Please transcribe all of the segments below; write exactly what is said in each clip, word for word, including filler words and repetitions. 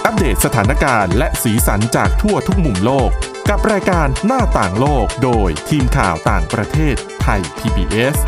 อัปเดตสถานการณ์และสีสันจากทั่วทุกมุมโลกกับรายการหน้าต่างโลกโดยทีมข่าวต่างประเทศไทย พี บี เอส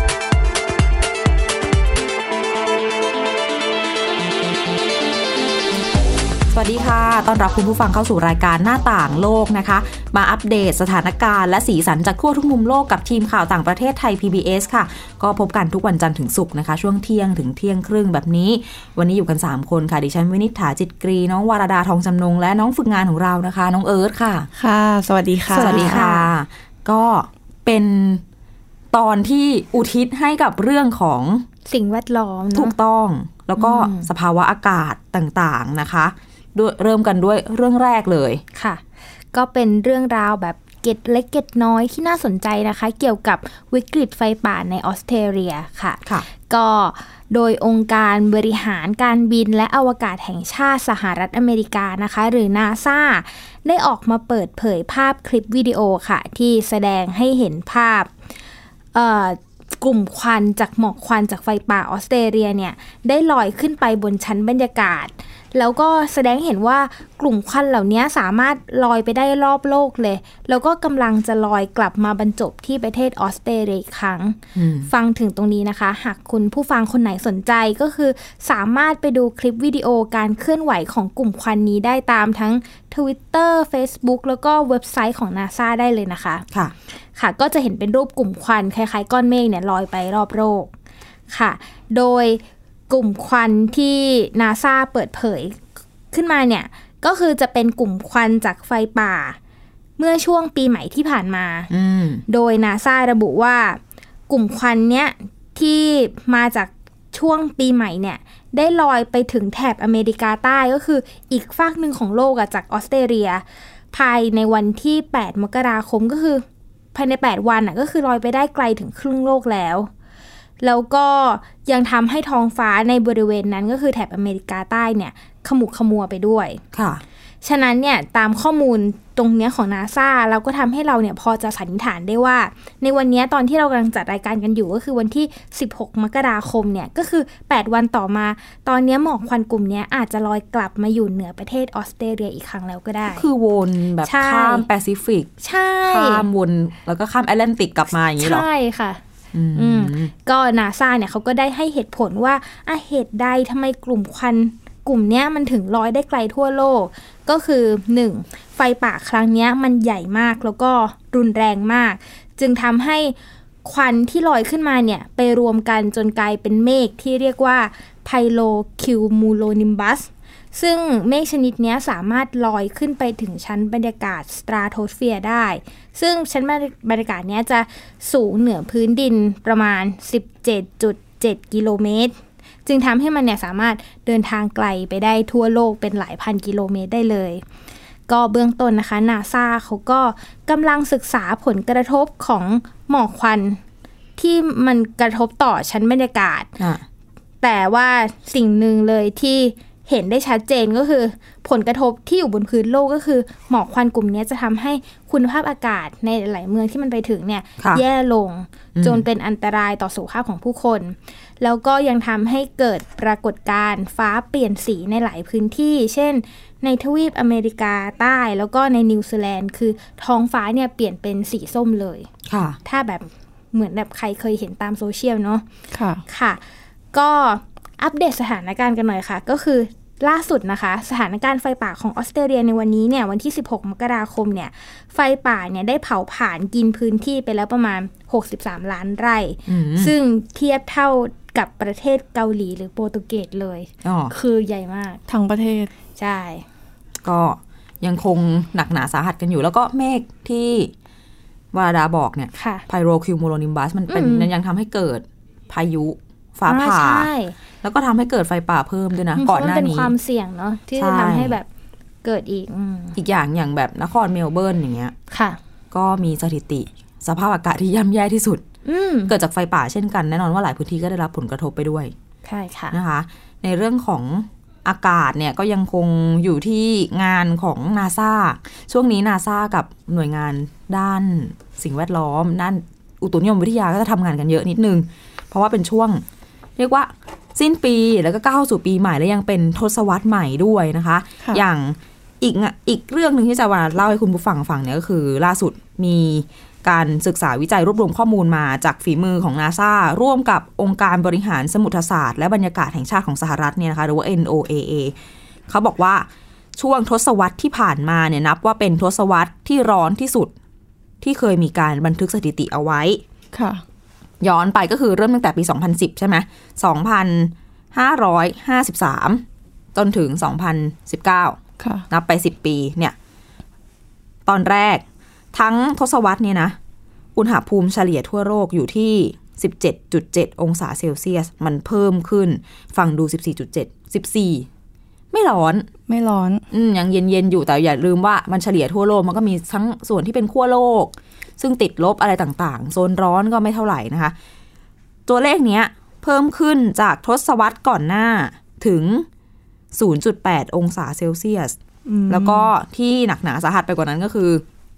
สวัสดีค่ะต้อนรับคุณผู้ฟังเข้าสู่รายการหน้าต่างโลกนะคะมาอัปเดตสถานการณ์และสีสันจากทั่วทุกมุมโลกกับทีมข่าวต่างประเทศไทย พี บี เอส ค่ะก็พบกันทุกวันจันทร์ถึงศุกร์นะคะช่วงเที่ยงถึงเที่ยงครึ่งแบบนี้วันนี้อยู่กันสามคนค่ะดิฉันวินิษฐาจิตกรีน้องวรดาทองจำนงและน้องฝึกงานของเรานะคะน้องเอิร์ธค่ะค่ะสวัสดีค่ะสวัสดีค่ะก็เป็นตอนที่อุทิศให้กับเรื่องของสิ่งแวดล้อมถูกต้องแล้วก็สภาวะอากาศต่างๆนะคะด้วยเริ่มกันด้วยเรื่องแรกเลยค่ะก็เป็นเรื่องราวแบบเก็ดเล็กเก็ดน้อยที่น่าสนใจนะคะเกี่ยวกับวิกฤตไฟป่าในออสเตรเลียค่ะค่ะก็โดยองค์การบริหารการบินและอวกาศแห่งชาติสหรัฐอเมริกานะคะหรือ นาซา ได้ออกมาเปิดเผยภาพคลิปวิดีโอค่ะที่แสดงให้เห็นภาพเอ่อกลุ่มควันจากหมอกควันจากไฟป่าออสเตรเลียเนี่ยได้ลอยขึ้นไปบนชั้นบรรยากาศแล้วก็แสดงเห็นว่ากลุ่มควันเหล่านี้สามารถลอยไปได้รอบโลกเลยแล้วก็กำลังจะลอยกลับมาบรรจบที่ประเทศออสเตรเลียอีกครั้งฟังถึงตรงนี้นะคะหากคุณผู้ฟังคนไหนสนใจก็คือสามารถไปดูคลิปวิดีโอการเคลื่อนไหวของกลุ่มควันนี้ได้ตามทั้ง Twitter Facebook แล้วก็เว็บไซต์ของ นาซา ได้เลยนะคะค่ะค่ะก็จะเห็นเป็นรูปกลุ่มควันคล้ายๆก้อนเมฆเนี่ยลอยไปรอบโลกค่ะโดยกลุ่มควันที่ นาซา เปิดเผยขึ้นมาเนี่ยก็คือจะเป็นกลุ่มควันจากไฟป่าเมื่อช่วงปีใหม่ที่ผ่านมาโดย นาซา ระบุว่ากลุ่มควันเนี้ยที่มาจากช่วงปีใหม่เนี่ยได้ลอยไปถึงแถบอเมริกาใต้ก็คืออีกฝากหนึ่งของโลกอะจากออสเตรเลียภายในวันที่แปดมกราคมก็คือภายในแปดวันอะก็คือลอยไปได้ไกลถึงครึ่งโลกแล้วแล้วก็ยังทำให้ท้องฟ้าในบริเวณนั้นก็คือแถบอเมริกาใต้เนี่ยขมุกขมัวไปด้วยค่ะฉะนั้นเนี่ยตามข้อมูลตรงเนี้ยของ นาซา เราก็ทำให้เราเนี่ยพอจะสันนิษฐานได้ว่าในวันนี้ตอนที่เรากำลังจัดรายการกันอยู่ก็คือวันที่สิบหกมกราคมเนี่ยก็คือแปดวันต่อมาตอนนี้หมอกควันกลุ่มนี้อาจจะลอยกลับมาอยู่เหนือประเทศออสเตรเลียอีกครั้งแล้วก็ได้คือวนแบบข้ามแปซิฟิกใช่ข้ามวนแล้วก็ข้ามแอตแลนติกกลับมาอย่างนี้หรอใช่ค่ะอืมก็ นาซา เนี่ยเขาก็ได้ให้เหตุผลว่าอ่ะเหตุใดทำไมกลุ่มควันกลุ่มเนี้ยมันถึงลอยได้ไกลทั่วโลกก็คือหนึ่งไฟป่าครั้งเนี้ยมันใหญ่มากแล้วก็รุนแรงมากจึงทำให้ควันที่ลอยขึ้นมาเนี่ยไปรวมกันจนกลายเป็นเมฆที่เรียกว่าไพโลคิวมูโลนิมบัสซึ่งเมฆชนิดนี้สามารถลอยขึ้นไปถึงชั้นบรรยากาศสตราโทสเฟียร์ได้ซึ่งชั้นบรรยากาศนี้จะสูงเหนือพื้นดินประมาณ สิบเจ็ดจุดเจ็ด กิโลเมตรจึงทำให้มันเนี่ยสามารถเดินทางไกลไปได้ทั่วโลกเป็นหลายพันกิโลเมตรได้เลยก็เบื้องต้นนะคะ นาซา เขาก็กำลังศึกษาผลกระทบของหมอกควันที่มันกระทบต่อชั้นบรรยากาศแต่ว่าสิ่งหนึ่งเลยที่เห็นได้ชัดเจนก็คือผลกระทบที่อยู่บนพื้นโลกก็คือหมอกควันกลุ่มนี้จะทำให้คุณภาพอากาศในหลายเมืองที่มันไปถึงเนี่ยแย่ลงจนเป็นอันตรายต่อสุขภาพของผู้คนแล้วก็ยังทำให้เกิดปรากฏการณ์ฟ้าเปลี่ยนสีในหลายพื้นที่เช่นในทวีปอเมริกาใต้แล้วก็ในนิวซีแลนด์คือท้องฟ้าเนี่ยเปลี่ยนเป็นสีส้มเลยค่ะถ้าแบบเหมือนแบบใครเคยเห็นตามโซเชียลเนาะค่ะค่ะก็อัปเดตสถานการณ์กันหน่อยค่ะก็คือล่าสุดนะคะสถานการณ์ไฟป่าของออสเตรเลียในวันนี้เนี่ยวันที่สิบหกมกราคมเนี่ยไฟป่าเนี่ยได้เผาผลาญกินพื้นที่ไปแล้วประมาณหกสิบสามล้านไร่ซึ่งเทียบเท่ากับประเทศเกาหลีหรือโปรตุเกสเลยคือใหญ่มากทั้งประเทศใช่ก็ยังคงหนักหนาสาหัสกันอยู่แล้วก็เมฆที่วาดาบอกเนี่ยไพโรคิวมูโลนิมบัสมันเป็นยังทำให้เกิดพายุฟ้าผ่าแล้วก็ทำให้เกิดไฟป่าเพิ่มด้วยนะก่อนหน้านี้มันเป็นความเสี่ยงเนาะที่จะทำให้แบบเกิดอีกอีกอย่างอย่างแบบนครเมลเบิร์นอย่างเงี้ยค่ะก็มีสถิติสภาพอากาศที่ย่ำแย่ที่สุดเกิดจากไฟป่าเช่นกันแน่นอนว่าหลายพื้นที่ก็ได้รับผลกระทบไปด้วยใช่ค่ะนะคะในเรื่องของอากาศเนี่ยก็ยังคงอยู่ที่งานของ นาซา ช่วงนี้ นาซา กับหน่วยงานด้านสิ่งแวดล้อมด้านอุตุนิยมวิทยาก็จะทำงานกันเยอะนิดนึงเพราะว่าเป็นช่วงเรียกว่าสิ้นปีแล้วก็ก้าวสู่ปีใหม่และยังเป็นทศวรรษใหม่ด้วยนะคะอย่างอีกอีกเรื่องนึงที่จะมาเล่าให้คุณผู้ฟังฟังเนี่ยก็คือล่าสุดมีการศึกษาวิจัยรวบรวมข้อมูลมาจากฝีมือของ NASA ร่วมกับองค์การบริหารสมุทรศาสตร์และบรรยากาศแห่งชาติของสหรัฐเนี่ยนะคะหรือว่า เอ็น โอ เอ เอ เขาบอกว่าช่วงทศวรรษที่ผ่านมาเนี่ยนับว่าเป็นทศวรรษที่ร้อนที่สุดที่เคยมีการบันทึกสถิติเอาไว้ค่ะย้อนไปก็คือเริ่มตั้งแต่ปีสองพันสิบใช่ไหมสองพันห้าร้อยห้าสิบสามจนถึงสองพันสิบเก้าค่ะนับไปสิบปีเนี่ยตอนแรกทั้งทศวรรษเนี่ยนะอุณหภูมิเฉลี่ยทั่วโลกอยู่ที่ สิบเจ็ดจุดเจ็ด องศาเซลเซียสมันเพิ่มขึ้นฟังดู สิบสี่จุดเจ็ด สิบสี่ไม่ร้อนไม่ร้อนอืมยังเย็นๆอยู่แต่อย่าลืมว่ามันเฉลี่ยทั่วโลกมันก็มีทั้งส่วนที่เป็นขั้วโลกซึ่งติดลบอะไรต่างๆโซนร้อนก็ไม่เท่าไหร่นะคะตัวเลขเนี้ยเพิ่มขึ้นจากทศวรรษก่อนหน้าถึง ศูนย์จุดแปด องศาเซลเซียสแล้วก็ที่หนักหนาสาหัสไปกว่านั้นก็คือ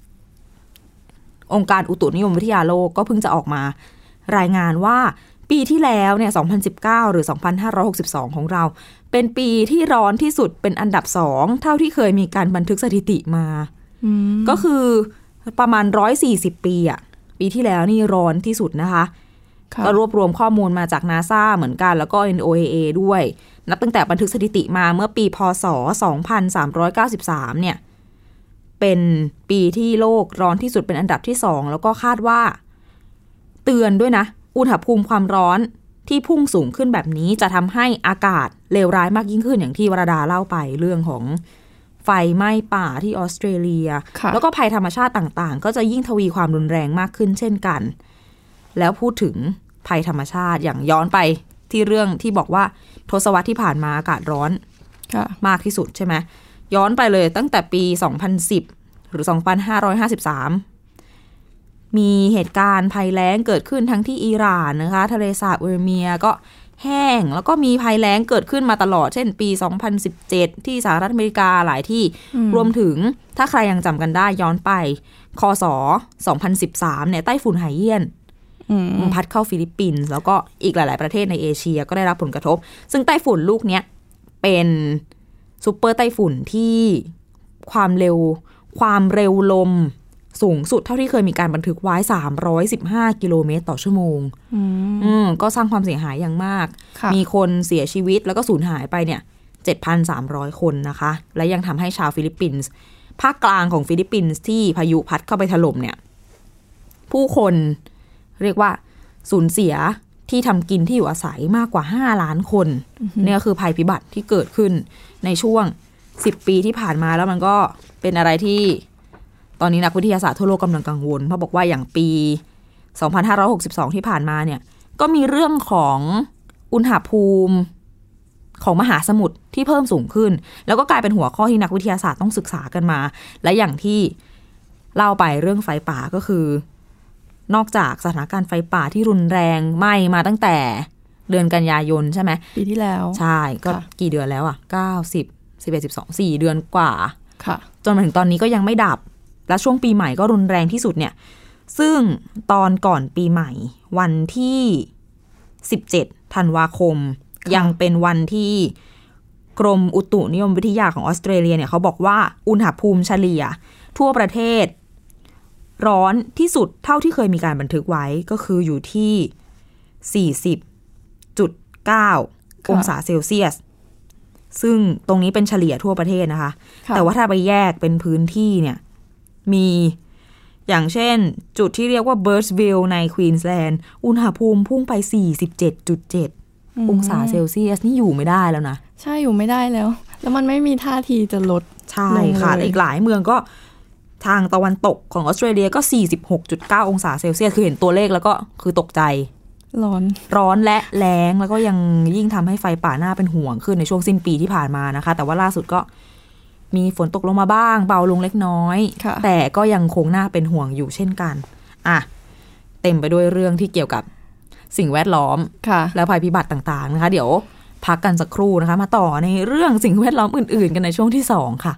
องค์การอุตุนิยมวิทยาโลกก็เพิ่งจะออกมารายงานว่าปีที่แล้วเนี่ยสองพันสิบเก้าหรือสองพันห้าร้อยหกสิบสองของเราเป็นปีที่ร้อนที่สุดเป็นอันดับสองเท่าที่เคยมีการบันทึกสถิติมาก็คือประมาณหนึ่งร้อยสี่สิบปีอ่ะปีที่แล้วนี่ร้อนที่สุดนะคะก็รวบรวมข้อมูลมาจาก NASA เหมือนกันแล้วก็ เอ็น โอ เอ เอ ด้วยนับตั้งแต่บันทึกสถิติมาเมื่อปีพ.ศ. สองพันสามร้อยเก้าสิบสามเนี่ยเป็นปีที่โลกร้อนที่สุดเป็นอันดับที่สองแล้วก็คาดว่าเตือนด้วยนะอุณหภูมิความร้อนที่พุ่งสูงขึ้นแบบนี้จะทำให้อากาศเลวร้ายมากยิ่งขึ้นอย่างที่วราดาเล่าไปเรื่องของไฟไหม้ป่าที่ออสเตรเลียแล้วก็ภัยธรรมชาติต่างๆก็จะยิ่งทวีความรุนแรงมากขึ้นเช่นกันแล้วพูดถึงภัยธรรมชาติอย่างย้อนไปที่เรื่องที่บอกว่าทศวรรษที่ผ่านมาอากาศร้อนมากที่สุดใช่ไหมย้อนไปเลยตั้งแต่ปีสองพันสิบหรือสองพันห้าร้อยห้าสิบสามมีเหตุการณ์ภัยแล้งเกิดขึ้นทั้งที่อิหร่านนะคะทะเลสาบเวอร์เมียก็แห้งแล้วก็มีภัยแล้งเกิดขึ้นมาตลอดเช่นปีสองพันสิบเจ็ดที่สหรัฐอเมริกาหลายที่รวมถึงถ้าใครยังจำกันได้ย้อนไปคศสองพันสิบสามเนี่ยไต้ฝุ่นไหเยี่ยนพัดเข้าฟิลิปปินส์แล้วก็อีกหลายๆประเทศในเอเชียก็ได้รับผลกระทบซึ่งไต้ฝุ่นลูกเนี้ยเป็นซุปเปอร์ไต้ฝุ่นที่ความเร็วความเร็วลมสูงสุดเท่าที่เคยมีการบันทึกไว้สามร้อยสิบห้ากิโลเมตรต่อชั่วโมงอืมก็สร้างความเสียหายอย่างมากมีคนเสียชีวิตแล้วก็สูญหายไปเนี่ย เจ็ดพันสามร้อย คนนะคะและยังทำให้ชาวฟิลิปปินส์ภาคกลางของฟิลิปปินส์ที่พายุพัดเข้าไปถล่มเนี่ยผู้คนเรียกว่าสูญเสียที่ทำกินที่อยู่อาศัยมากกว่าห้าล้านคนเนี่ยคือภัยพิบัติที่เกิดขึ้นในช่วงสิบปีที่ผ่านมาแล้วมันก็เป็นอะไรที่ตอนนี้นักวิทยาศาสตร์ทั่วโลกกำลังกังวลเพราะบอกว่าอย่างปีสองพันห้าร้อยหกสิบสองที่ผ่านมาเนี่ยก็มีเรื่องของอุณหภูมิของมหาสมุทรที่เพิ่มสูงขึ้นแล้วก็กลายเป็นหัวข้อที่นักวิทยาศาสตร์ต้องศึกษากันมาและอย่างที่เล่าไปเรื่องไฟป่าก็คือนอกจากสถานการณ์ไฟป่าที่รุนแรงไหม้มาตั้งแต่เดือนกันยายนใช่ไหมปีที่แล้วใช่ก็กี่เดือนแล้วอ่ะเก้า สิบ สิบเอ็ด สิบสอง สี่เดือนกว่าค่ะจนมาถึงตอนนี้ก็ยังไม่ดับและช่วงปีใหม่ก็รุนแรงที่สุดเนี่ยซึ่งตอนก่อนปีใหม่วันที่สิบเจ็ดธันวาคมยังเป็นวันที่กรมอุตุนิยมวิทยาของออสเตรเลียเนี่ยเขาบอกว่าอุณหภูมิเฉลี่ยทั่วประเทศร้อนที่สุดเท่าที่เคยมีการบันทึกไว้ก็คืออยู่ที่ สี่สิบจุดเก้า องศาเซลเซียสซึ่งตรงนี้เป็นเฉลี่ยทั่วประเทศนะคะแต่ว่าถ้าไปแยกเป็นพื้นที่เนี่ยมีอย่างเช่นจุดที่เรียกว่า Birdsville ในควีนส์แลนด์อุณหภูมิพุ่งไป สี่สิบเจ็ดจุดเจ็ด องศาเซลเซียสนี่อยู่ไม่ได้แล้วนะใช่อยู่ไม่ได้แล้วแล้วมันไม่มีท่าทีจะลดใช่ค่ะอีกหลายเมืองก็ทางตะวันตกของออสเตรเลียก็ สี่สิบหกจุดเก้า องศาเซลเซียสคือเห็นตัวเลขแล้วก็คือตกใจร้อนร้อนและแล้งแล้วก็ยังยิ่งทำให้ไฟป่าหน้าเป็นห่วงขึ้นในช่วงสิ้นปีที่ผ่านมานะคะแต่ว่าล่าสุดก็มีฝนตกลงมาบ้างเบาลงเล็กน้อยแต่ก็ยังคงน่าเป็นห่วงอยู่เช่นกันอ่ะเต็มไปด้วยเรื่องที่เกี่ยวกับสิ่งแวดล้อมและภัยพิบัติต่างๆนะคะเดี๋ยวพักกันสักครู่นะคะมาต่อในเรื่องสิ่งแวดล้อมอื่นๆกันในช่วงที่สองค่ะ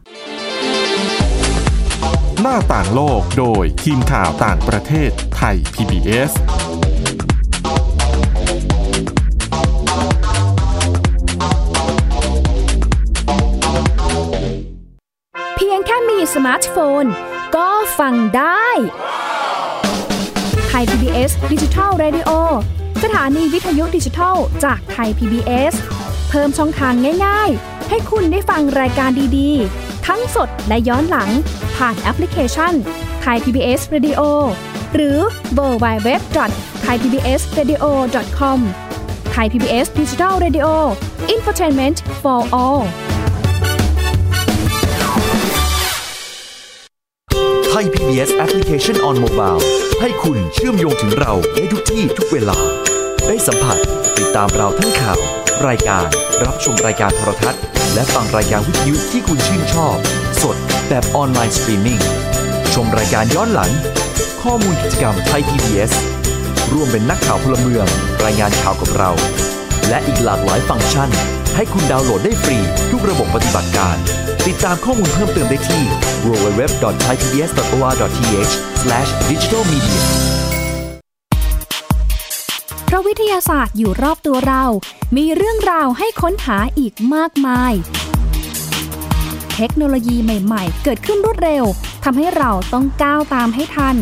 หน้าต่างโลกโดยทีมข่าวต่างประเทศไทย พี บี เอสงแค่มีสมาร์ทโฟนก็ฟังได้ไทย พี บี เอส Digital Radio สถานีวิทยุดิจิทัลจากไทย พี บี เอส เพิ่มช่องทางง่ายๆให้คุณได้ฟังรายการดีๆทั้งสดและย้อนหลังผ่านแอปพลิเคชัน Thai พี บี เอส Radio หรือ ดับเบิลยู ดับเบิลยู ดับเบิลยู ดอท ไทยพีบีเอสเรดิโอ ดอท คอม Thai พี บี เอส Digital Radio Infotainment for all ไทย พี บี เอส Application on Mobile ให้คุณเชื่อมโยงถึงเราได้ทุกที่ทุกเวลาได้สัมผัสติดตามเราทั้งข่าวรายการรับชมรายการโทรทัศน์และฟังรายการวิทยุที่คุณชื่นชอบสดแบบออนไลน์สตรีมมิ่งชมรายการย้อนหลังข้อมูลกิจกรรมไทย พี บี เอส ร่วมเป็นนักข่าวพลเมืองรายงานข่าวกับเราและอีกหลากหลายฟังก์ชันให้คุณดาวน์โหลดได้ฟรีทุกระบบปฏิบัติการติดตามข้อมูลเพิ่มเติมได้ที่ ดับเบิลยู ดับเบิลยู ดับเบิลยู ดอท ไทยพีบีเอส ดอท โอ อาร์ ดอท ที เอช สแลช ดิจิทัลมีเดียเพราะวิทยาศาสตร์อยู่รอบตัวเรามีเรื่องราวให้ค้นหาอีกมากมายเทคโนโลยีใหม่ๆเกิดขึ้นรวดเร็วทำให้เราต้องก้าวตามให้ทัน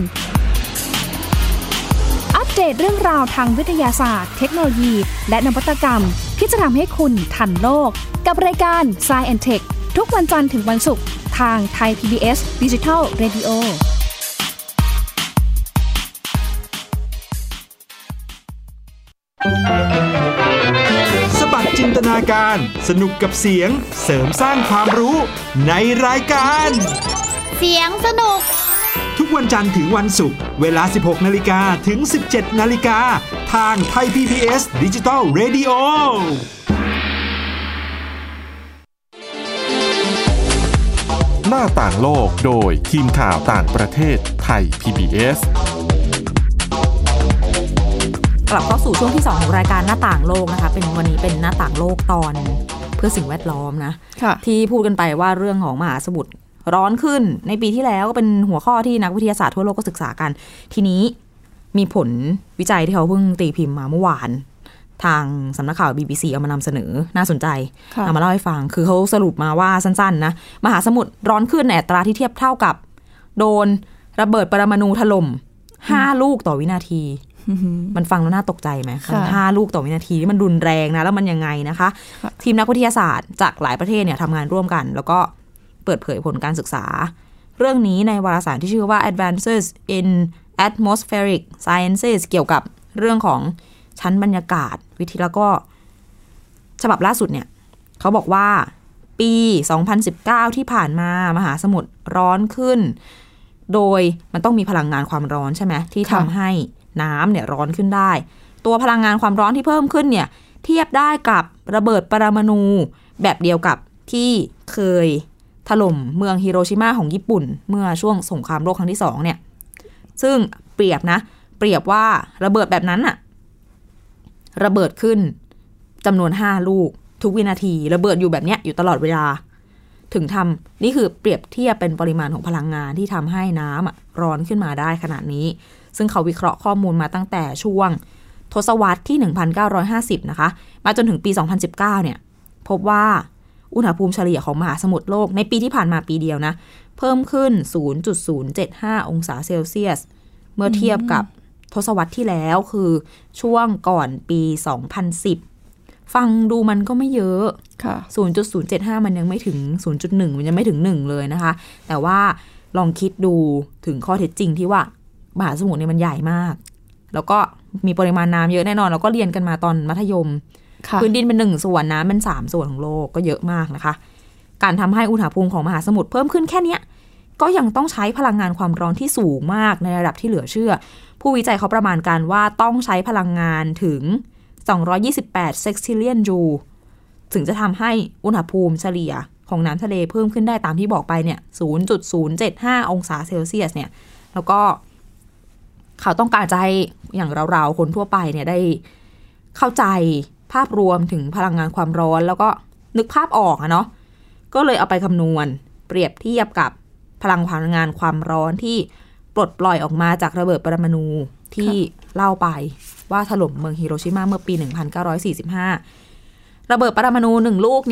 อัปเดตเรื่องราวทางวิทยาศาสตร์เทคโนโลยีและนวัตกรรมที่จะทำให้คุณทันโลกกับรายการ Science แอนด์ Tech ทุกวันจันทร์ถึงวันศุกร์ทาง Thai พี บี เอส Digital Radio สบัดจินตนาการสนุกกับเสียงเสริมสร้างความรู้ในรายการเสียงสนุกทุกวันจันทร์ถึงวันศุกร์เวลา สิบหกนาฬิกา ถึง สิบเจ็ดนาฬิกา ทางไทย พี บี เอส Digital Radio หน้าต่างโลกโดยทีมข่าวต่างประเทศไทย พี บี เอสกลับเข้าสู่ช่วงที่สองของรายการหน้าต่างโลกนะคะเป็นวันนี้เป็นหน้าต่างโลกตอนเพื่อสิ่งแวดล้อมนะที่พูดกันไปว่าเรื่องของมหาสมุทรร้อนขึ้นในปีที่แล้วก็เป็นหัวข้อที่นักวิทยาศาสตร์ทั่วโลกก็ศึกษากันทีนี้มีผลวิจัยที่เขาเพิ่งตีพิมพ์มาเมื่อวานทางสำนักข่าว บี บี ซี เอามานำเสนอน่าสนใจเอามาเล่าให้ฟังคือเขาสรุปมาว่าสั้นๆนะมหาสมุทรร้อนขึ้นในอัตราที่เทียบเท่ากับโดนระเบิดปรมาณูถล่มห้าลูกต่อวินาทีมันฟังแล้วน่าตกใจไหมห้าลูกต่อวินาทีมันรุนแรงนะแล้วมันยังไงนะคะทีมนักวิทยาศาสตร์จากหลายประเทศเนี่ยทำงานร่วมกันแล้วก็เปิดเผยผลการศึกษาเรื่องนี้ในวารสารที่ชื่อว่า Advances in Atmospheric Sciences เกี่ยวกับเรื่องของชั้นบรรยากาศวิทยาแล้วก็ฉบับล่าสุดเนี่ยเขาบอกว่าปีสองพันสิบเก้าที่ผ่านมามหาสมุทรร้อนขึ้นโดยมันต้องมีพลังงานความร้อนใช่ไหมที่ทำให้น้ำเนี่ยร้อนขึ้นได้ตัวพลังงานความร้อนที่เพิ่มขึ้นเนี่ยเทียบได้กับระเบิดปรมาณูแบบเดียวกับที่เคยถล่มเมืองฮิโรชิมาของญี่ปุ่นเมื่อช่วงสงครามโลกครั้งที่สองเนี่ยซึ่งเปรียบนะเปรียบว่าระเบิดแบบนั้นอะระเบิดขึ้นจำนวนห้าลูกทุกวินาทีระเบิดอยู่แบบเนี้ยอยู่ตลอดเวลาถึงทำนี่คือเปรียบเทียบเป็นปริมาณของพลังงานที่ทำให้น้ำอะร้อนขึ้นมาได้ขนาดนี้ซึ่งเขาวิเคราะห์ข้อมูลมาตั้งแต่ช่วงทศวรรษที่หนึ่งพันเก้าร้อยห้าสิบนะคะมาจนถึงปีสองพันสิบเก้าเนี่ยพบว่าอุณหภูมิเฉลี่ยของมหาสมุทรโลกในปีที่ผ่านมาปีเดียวนะเพิ่มขึ้น ศูนย์จุดศูนย์เจ็ดห้า องศาเซลเซียสเมื่อเทียบกับทศวรรษที่แล้วคือช่วงก่อนปีสองพันสิบฟังดูมันก็ไม่เยอะค่ะ ศูนย์จุดศูนย์เจ็ดห้า มันยังไม่ถึง ศูนย์จุดหนึ่ง มันยังไม่ถึงหนึ่งเลยนะคะแต่ว่าลองคิดดูถึงข้อเท็จจริงที่ว่ามหาสมุทรเนี่ยมันใหญ่มากแล้วก็มีปริมาณน้ำเยอะแน่นอนเราก็เรียนกันมาตอนมัธยมพื้นดินเป็นหนึ่งส่วนน้ำเป็นสามส่วนของโลกก็เยอะมากนะคะการทำให้อุณหภูมิของมหาสมุทรเพิ่มขึ้นแค่เนี้ยก็ยังต้องใช้พลังงานความร้อนที่สูงมากในระดับที่เหลือเชื่อผู้วิจัยเขาประมาณการว่าต้องใช้พลังงานถึงสองร้อยยี่สิบแปดเซ็กซิเลียนจูลถึงจะทำให้อุณหภูมิเฉลี่ยของน้ำทะเลเพิ่มขึ้นได้ตามที่บอกไปเนี่ย ศูนย์จุดศูนย์เจ็ดห้า องศาเซลเซียสเนี่ยแล้วก็เขาต้องการจะให้อย่างเราๆคนทั่วไปเนี่ยได้เข้าใจภาพรวมถึงพลังงานความร้อนแล้วก็นึกภาพออกอะเนาะก็เลยเอาไปคำนวณเปรียบเทียบกับพลังพลังงานความร้อนที่ปลดปล่อยออกมาจากระเบิดปรมาณูที่เล่าไปว่าถล่มเมืองฮิโรชิมาเมื่อปีหนึ่งพันเก้าร้อยสี่สิบห้าระเบิดปรมาณูหนึ่งลูกเนี่ย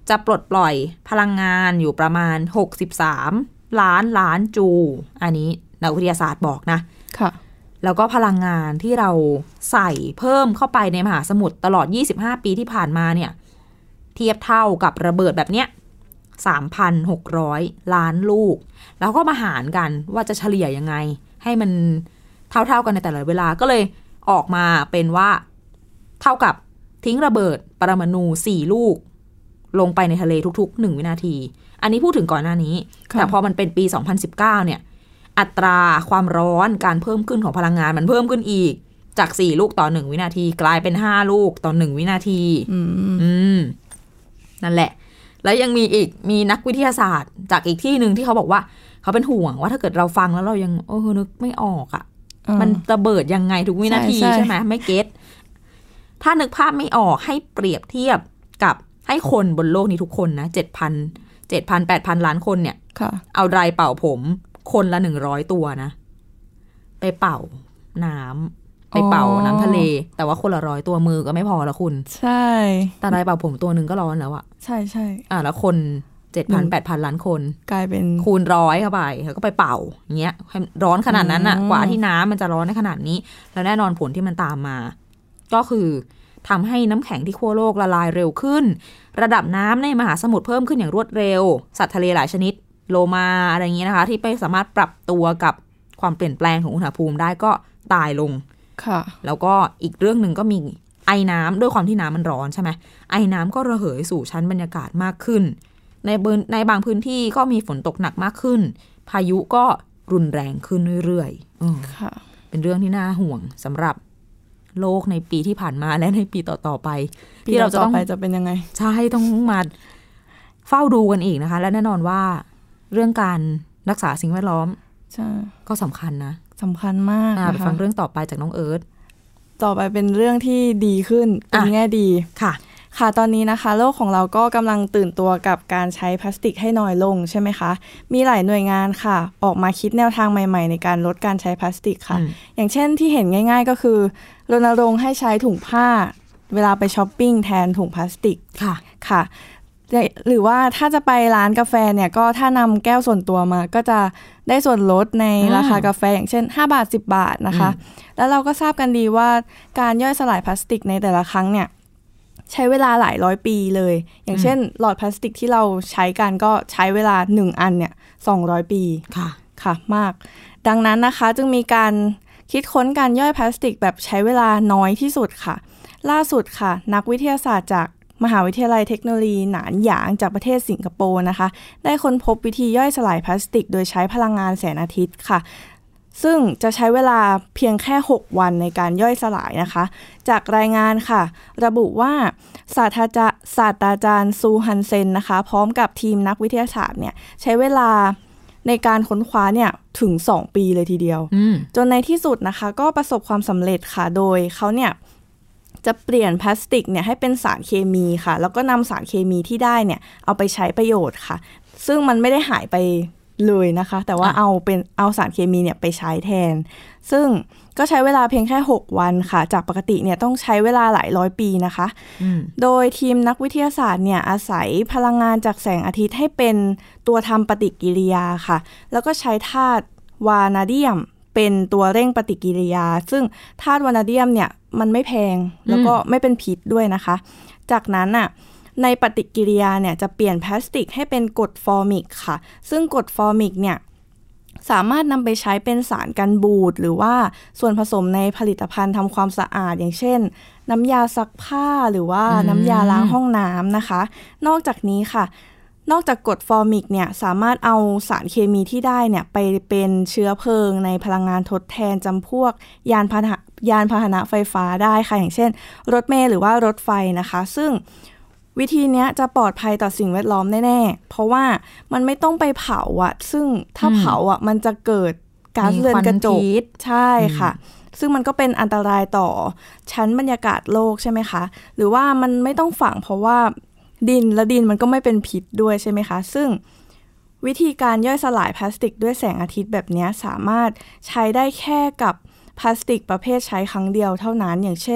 จะปลดปล่อยพลังงานอยู่ประมาณหกสิบสามล้านล้านจูลอันนี้นักวิทยาศาสตร์บอกนะค่ะแล้วก็พลังงานที่เราใส่เพิ่มเข้าไปในมหาสมุทรตลอดยี่สิบห้าปีที่ผ่านมาเนี่ยเทียบเท่ากับระเบิดแบบเนี้ย สามพันหกร้อย ล้านลูกแล้วก็มาหารกันว่าจะเฉลี่ยยังไงให้มันเท่าๆกันในแต่ละเวลาก็เลยออกมาเป็นว่าเท่ากับทิ้งระเบิดปรมาณูสี่ลูกลงไปในทะเลทุกๆหนึ่งวินาทีอันนี้พูดถึงก่อนหน้านี้แต่พอมันเป็นปีสองพันสิบเก้าเนี่ยอัตราความร้อนการเพิ่มขึ้นของพลังงานมันเพิ่มขึ้นอีกจากสี่ลูกต่อหนึ่งวินาทีกลายเป็นห้าลูกต่อหนึ่งวินาทีอืมอืมนั่นแหละแล้วยังมีอีกมีนักวิทยาศาสตร์จากอีกที่หนึ่งที่เขาบอกว่าเขาเป็นห่วงว่าถ้าเกิดเราฟังแล้วเรายังโอ้นึกไม่ออกอ่ะมันระเบิดยังไงทุกวินาทีใช่ไหมไม่เก็ตถ้านึกภาพไม่ออกให้เปรียบเทียบกับให้คนบนโลกนี้ทุกคนนะเจ็ดพันเจ็ดพันแปดพันล้านคนเนี่ยเอาไดร์เป่าผมคนละหนึ่งร้อยตัวนะไปเป่าน้ำไปเป่าน้ำทะเลแต่ว่าคนละร้อยตัวมือก็ไม่พอละคุณใช่แต่ไดร์เป่าผมตัวหนึ่งก็ร้อนแล้วอะใช่ใช่อ่ะแล้วคนเจ็ดพันแปดพันล้านคนกลายเป็นคูณร้อยเข้าไปแล้วก็ไปเป่าอย่างเงี้ยร้อนขนาดนั้นอะกว่าที่น้ำมันจะร้อนในขนาดนี้แล้วแน่นอนผลที่มันตามมาก็คือทำให้น้ำแข็งที่ขั้วโลกละลายเร็วขึ้นระดับน้ำในมหาสมุทรเพิ่มขึ้นอย่างรวดเร็วสัตว์ทะเลหลายชนิดโลมาอะไรอย่างนี้นะคะที่ไม่สามารถปรับตัวกับความเปลี่ยนแปลงของอุณหภูมิได้ก็ตายลงค่ะแล้วก็อีกเรื่องหนึ่งก็มีไอน้ำด้วยความที่น้ำมันร้อนใช่ไหมไอน้ำก็ระเหยสู่ชั้นบรรยากาศมากขึ้นในเบิร์นในบางพื้นที่ก็มีฝนตกหนักมากขึ้นพายุก็รุนแรงขึ้นเรื่อยๆค่ะเป็นเรื่องที่น่าห่วงสำหรับโลกในปีที่ผ่านมาและในปีต่อๆไปที่เราจะต้องไปจะเป็นยังไงใช่ต้องมาเฝ้าดูกันอีกนะคะและแน่นอนว่าเรื่องการรักษาสิ่งแวดล้อมก็สำคัญนะสำคัญมากไปฟังเรื่องต่อไปจากน้องเอิร์ธต่อไปเป็นเรื่องที่ดีขึ้นเป็นแง่ดีค่ะค่ะตอนนี้นะคะโลกของเราก็กำลังตื่นตัวกับการใช้พลาสติกให้น้อยลงใช่ไหมคะมีหลายหน่วยงานค่ะออกมาคิดแนวทางใหม่ๆในการลดการใช้พลาสติกค่ะอย่างเช่นที่เห็นง่ายๆก็คือรณรงค์ให้ใช้ถุงผ้าเวลาไปช้อปปิ้งแทนถุงพลาสติกค่ะค่ะหรือว่าถ้าจะไปร้านกาแฟเนี่ยก็ถ้านำแก้วส่วนตัวมาก็จะได้ส่วนลดในราคากาแฟอย่างเช่นห้าบาทสิบบาทนะคะแล้วเราก็ทราบกันดีว่าการย่อยสลายพลาสติกในแต่ละครั้งเนี่ยใช้เวลาหลายร้อยปีเลยอย่างเช่นหลอดพลาสติกที่เราใช้กันก็ใช้เวลาหนึ่งอันเนี่ยสองร้อยปีค่ะค่ะมากดังนั้นนะคะจึงมีการคิดค้นการย่อยพลาสติกแบบใช้เวลาน้อยที่สุดค่ะล่าสุดค่ะนักวิทยาศาสตร์จากมหาวิทยาลัยเทคโนโลยีหนานหยางจากประเทศสิงคโปร์นะคะได้ค้นพบวิธีย่อยสลายพลาสติกโดยใช้พลังงานแสงอาทิตย์ค่ะซึ่งจะใช้เวลาเพียงแค่หกวันในการย่อยสลายนะคะจากรายงานค่ะระบุว่าศาสตราจารย์ศาสตราจารย์ซูฮันเซนนะคะพร้อมกับทีมนักวิทยาศาสตร์เนี่ยใช้เวลาในการค้นคว้าเนี่ยถึงสองปีเลยทีเดียวจนในที่สุดนะคะก็ประสบความสำเร็จค่ะโดยเขาเนี่ยจะเปลี่ยนพลาสติกเนี่ยให้เป็นสารเคมีค่ะแล้วก็นำสารเคมีที่ได้เนี่ยเอาไปใช้ประโยชน์ค่ะซึ่งมันไม่ได้หายไปเลยนะคะแต่ว่าเอาเป็นเอาสารเคมีเนี่ยไปใช้แทนซึ่งก็ใช้เวลาเพียงแค่หกวันค่ะจากปกติเนี่ยต้องใช้เวลาหลายร้อยปีนะคะโดยทีมนักวิทยาศาสตร์เนี่ยอาศัยพลังงานจากแสงอาทิตย์ให้เป็นตัวทำปฏิกิริยาค่ะแล้วก็ใช้ธาตุวานาเดียมเป็นตัวเร่งปฏิกิริยาซึ่งธาตุวานาเดียมเนี่ยมันไม่แพงแล้วก็ไม่เป็นพิษด้วยนะคะจากนั้นน่ะในปฏิกิริยาเนี่ยจะเปลี่ยนพลาสติกให้เป็นกรดฟอร์มิกค่ะซึ่งกรดฟอร์มิกเนี่ยสามารถนำไปใช้เป็นสารกันบูดหรือว่าส่วนผสมในผลิตภัณฑ์ทำความสะอาดอย่างเช่นน้ำยาซักผ้าหรือว่าน้ำยาล้างห้องน้ำนะคะนอกจากนี้ค่ะนอกจากกรดฟอร์มิกเนี่ยสามารถเอาสารเคมีที่ได้เนี่ยไปเป็นเชื้อเพลิงในพลังงานทดแทนจำพวกยานพาหนะยานพาหนะไฟฟ้าได้ค่ะอย่างเช่นรถเมล์หรือว่ารถไฟนะคะซึ่งวิธีนี้จะปลอดภัยต่อสิ่งแวดล้อมแน่ๆเพราะว่ามันไม่ต้องไปเผาอะซึ่งถ้าเผาอะมันจะเกิดก๊าซเรือนกระจกใช่ค่ะซึ่งมันก็เป็นอันตรายต่อชั้นบรรยากาศโลกใช่ไหมคะหรือว่ามันไม่ต้องฝังเพราะว่าดินและดินมันก็ไม่เป็นพิษด้วยใช่ไหมคะซึ่งวิธีการย่อยสลายพลาสติกด้วยแสงอาทิตย์แบบนี้สามารถใช้ได้แค่กับพลาสติกประเภทใช้ครั้งเดียวเท่านั้นอย่างเช่น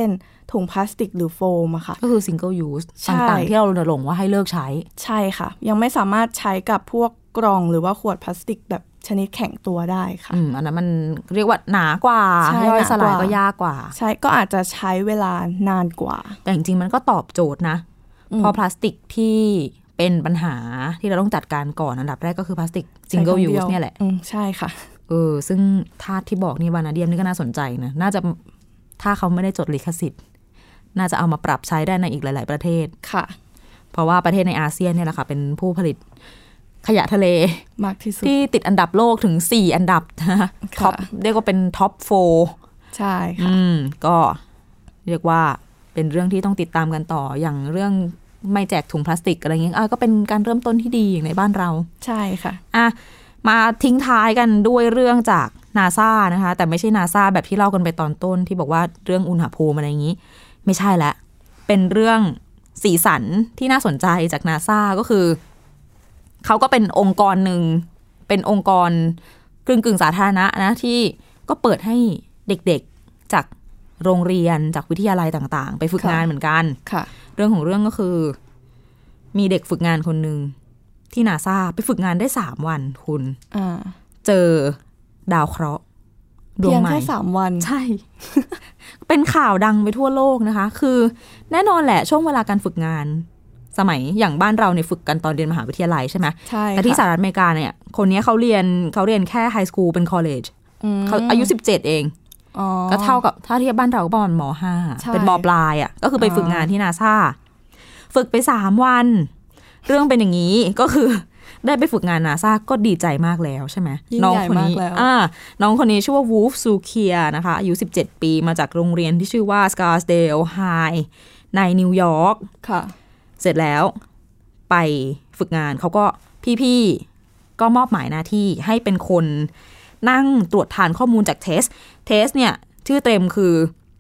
ถุงพลาสติกหรือโฟมอะค่ะก็คือ single use ต่างๆที่เรารณรงค์ว่าให้เลิกใช้ใช่ค่ะยังไม่สามารถใช้กับพวกกล่องหรือว่าขวดพลาสติกแบบชนิดแข็งตัวได้ค่ะอืมอันนั้นมันเรียกว่าหนากว่าย่อยสลายก็ยากกว่าใช่ก็อาจจะใช้เวลานานกว่าแต่จริงๆมันก็ตอบโจทย์นะพอพลาสติกที่เป็นปัญหาที่เราต้องจัดการก่อนอันดับแรกก็คือพลาสติก single use เนี่ยแหละใช่ค่ะเออซึ่งธาตุที่บอกนี่วานาเดียมนี่ก็น่าสนใจนะน่าจะถ้าเขาไม่ได้จดลิขสิทธิ์น่าจะเอามาปรับใช้ได้ในอีกหลายๆประเทศค่ะเพราะว่าประเทศในอาเซียนเนี่ยแหละค่ะเป็นผู้ผลิตขยะทะเลมากที่สุดที่ติดอันดับโลกถึงสี่อันดับนะท็อปเรียกว่าเป็นท็อปโฟร์ใช่ค่ะอืมก็เรียกว่าเป็นเรื่องที่ต้องติดตามกันต่ออย่างเรื่องไม่แจกถุงพลาสติกอะไรเงี้ยก็เป็นการเริ่มต้นที่ดีอย่างในบ้านเราใช่ค่ะอ่ะมาทิ้งท้ายกันด้วยเรื่องจาก NASA นะคะแต่ไม่ใช่ NASA แบบที่เล่ากันไปตอนต้นที่บอกว่าเรื่องอุณหภูมิอะไรอย่างนี้ไม่ใช่ละเป็นเรื่องสีสันที่น่าสนใจจาก NASA ก็คือเขาก็เป็นองค์กรหนึ่งเป็นองค์กรกึ่งกึ่งสาธารณะนะที่ก็เปิดให้เด็กๆจากโรงเรียนจากวิทยาลัยต่างๆไปฝึกงานเหมือนกันค่ะเรื่องของเรื่องก็คือมีเด็กฝึกงานคนหนึ่งที่ NASA ไปฝึกงานได้สามวันคุณเจอดาวเคราะห์ดวงใหม่เพียงแค่สามวันใช่ เป็นข่าวดังไปทั่วโลกนะคะคือแน่นอนแหละช่วงเวลาการฝึกงานสมัยอย่างบ้านเราเนี่ยฝึกกันตอนเรียนมหาวิทยาลัยใช่ไหมใช่แต่ที่สหรัฐอเมริกาเนี่ยคนนี้เขาเรียนเขาเรียนแค่ไฮสคูลเป็นคอลเลจเขาอายุสิบเจ็ดเองก็เท่ากับถ้าเทียบบ้านเราก็ประมาณม.ห้า เป็นม.ปลายอ่ะก็คือไปฝึกงานที่ NASA ฝึกไปสามวันเรื่องเป็นอย่างนี้ก็คือได้ไปฝึกงาน NASA ก็ดีใจมากแล้วใช่ไหมน้องคนนี้อ่าน้องคนนี้ชื่อว่าวูฟซูเคียนะคะอายุสิบเจ็ดปีมาจากโรงเรียนที่ชื่อว่า Scarsdale High ในนิวยอร์กค่ะเสร็จแล้วไปฝึกงานเขาก็พี่ๆก็มอบหมายหน้าที่ให้เป็นคนนั่งตรวจทานข้อมูลจากเทสเทสเนี่ยชื่อเต็มคือ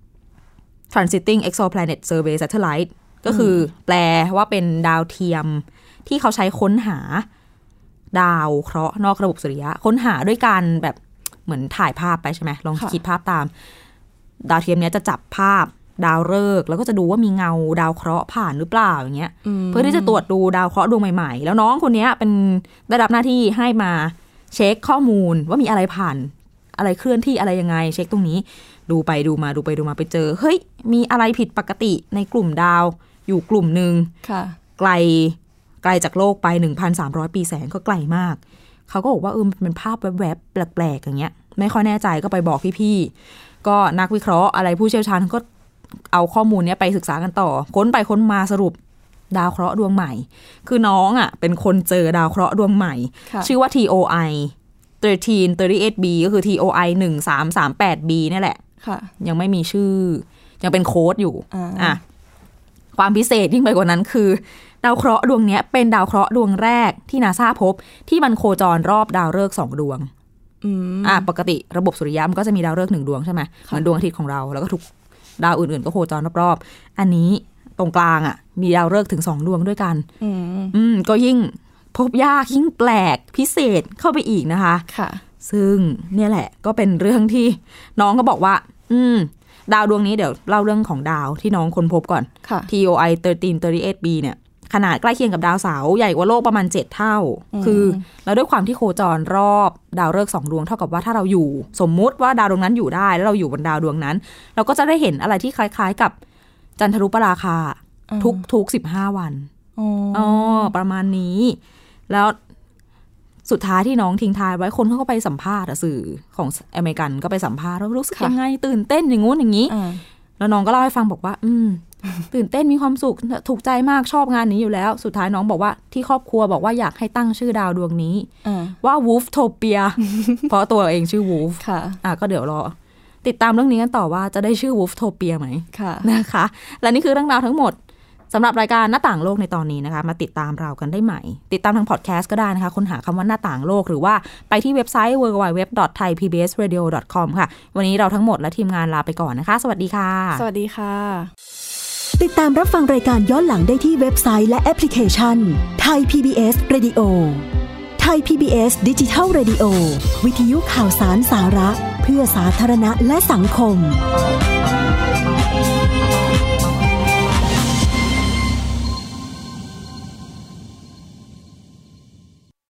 Transiting Exoplanet Survey Satellite ก็คือแปลว่าเป็นดาวเทียมที่เขาใช้ค้นหาดาวเคราะห์นอกระบบสุริยะค้นหาด้วยการแบบเหมือนถ่ายภาพไปใช่ไหมลองคิดภาพตามดาวเทียมนี้จะจับภาพดาวฤกษ์แล้วก็จะดูว่ามีเงาดาวเคราะห์ผ่านหรือเปล่าอย่างเงี้ยเพื่อที่จะตรวจดูดาวเคราะห์ดวงใหม่ๆแล้วน้องคนนี้เป็นได้รับหน้าที่ให้มาเช็คข้อมูลว่ามีอะไรผ่านอะไรเคลื่อนที่อะไรยังไงเช็คตรงนี้ดูไปดูมาดูไปดูมาไปเจอเฮ้ยมีอะไรผิดปกติในกลุ่มดาวอยู่กลุ่มนึงไกลไกลจากโลกไป หนึ่งพันสามร้อย ปีแสงก็ไกลมากเขาก็บอกว่าเออมันเป็นภาพแวบๆแปลกๆอย่างเงี้ยไม่ค่อยแน่ใจก็ไปบอกพี่ๆก็นักวิเคราะห์อะไรผู้เชี่ยวชาญก็เอาข้อมูลนี้ไปศึกษากันต่อค้นไปค้นมาสรุปดาวเคราะห์ดวงใหม่คือน้องอ่ะเป็นคนเจอดาวเคราะห์ดวงใหม่ชื่อว่า ที โอ ไอ หนึ่งสาม สามแปด บี ก็คือ ที โอ ไอ หนึ่งสามสามแปด บี นี่แหละยังไม่มีชื่อยังเป็นโค้ดอยู่อ่ะความพิเศษยิ่งไปกว่านั้นคือดาวเคราะห์ดวงนี้เป็นดาวเคราะห์ดวงแรกที่ NASA พบที่มันโคจรรอบดาวฤกษ์สองดวงอ่ะปกติระบบสุริยะมันก็จะมีดาวฤกษ์หนึ่งดวงใช่ไหมเหมือนดวงอาทิตย์ของเราแล้วก็ทุกดาวอื่นๆก็โคจรรอบๆอันนี้ตรงกลางอ่ะมีดาวฤกษ์ถึงสองดวงด้วยกันอืมก็ยิ่งพบยากยิ่งแปลกพิเศษเข้าไปอีกนะคะค่ะซึ่งเนี่ยแหละก็เป็นเรื่องที่น้องก็บอกว่าอืมดาวดวงนี้เดี๋ยวเล่าเรื่องของดาวที่น้องค้นพบก่อน ที โอ ไอ หนึ่งสาม สามแปด บี เนี่ยขนาดใกล้เคียงกับดาวเสาร์ใหญ่กว่าโลกประมาณเจ็ดเท่าคือแล้วด้วยความที่โคจรรอบดาวฤกษ์สองดวงเท่ากับว่าถ้าเราอยู่สมมุติว่าดาวดวงนั้นอยู่ได้แล้วเราอยู่บนดาวดวงนั้นเราก็จะได้เห็นอะไรที่คล้ายๆกับจันทรุปราคาทุกทุกสิบห้าวันอ๋อประมาณนี้แล้วสุดท้ายที่น้องทิ้งท้ายไว้คนเขาก็ไปสัมภาษณ์สื่อของอเมริกันก็ไปสัมภาษณ์แล้วรู้สึกยังไงตื่นเต้นอย่างงู้นอย่างนี้แล้วน้องก็เล่าให้ฟังบอกว่าอืมตื่นเต้นมีความสุขถูกใจมากชอบงานนี้อยู่แล้วสุดท้ายน้องบอกว่าที่ครอบครัวบอกว่าอยากให้ตั้งชื่อดาวดวงนี้ว่า Wolftopia เพราะตัวเองชื่อ Wolf ค่ะอ่ะก็เดี๋ยวรอติดตามเรื่องนี้กันต่อว่าจะได้ชื่อ Wolftopia ไหมค่ะนะคะและนี่คือเรื่องราวทั้งหมดสำหรับรายการหน้าต่างโลกในตอนนี้นะคะมาติดตามเรากันได้ใหม่ติดตามทางพอดแคสต์ก็ได้นะคะค้นหาคำว่าหน้าต่างโลกหรือว่าไปที่เว็บไซต์ ดับเบิลยู ดับเบิลยู ดับเบิลยู ดอท ไทย พี บี เอส เรดิโอ ดอท คอม ค่ะวันนี้เราทั้งหมดและทีมงานลาไปก่อนนะคะสวัสดีค่ะสวัสดีค่ะติดตามรับฟังรายการย้อนหลังได้ที่เว็บไซต์และแอปพลิเคชัน Thai พี บี เอส Radio Thai พี บี เอส Digital Radio วิทยุข่าวสารสาระเพื่อสาธารณะและสังคม